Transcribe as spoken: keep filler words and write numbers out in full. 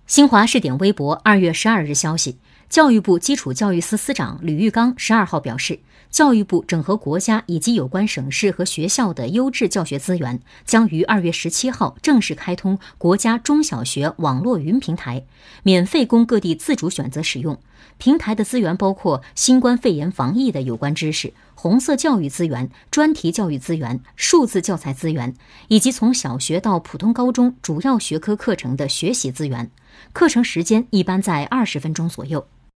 新华视点微博二月十二日消息，教育部基础教育司司长吕玉刚十二号表示，教育部整合国家以及有关省市和学校的优质教学资源，将于二月十七号正式开通国家中小学网络云平台，免费供各地自主选择使用。平台的资源包括新冠肺炎防疫的有关知识、红色教育资源、专题教育资源、数字教材资源，以及从小学到普通高中主要学科课程的学习资源。课程时间一般在二十分钟左右。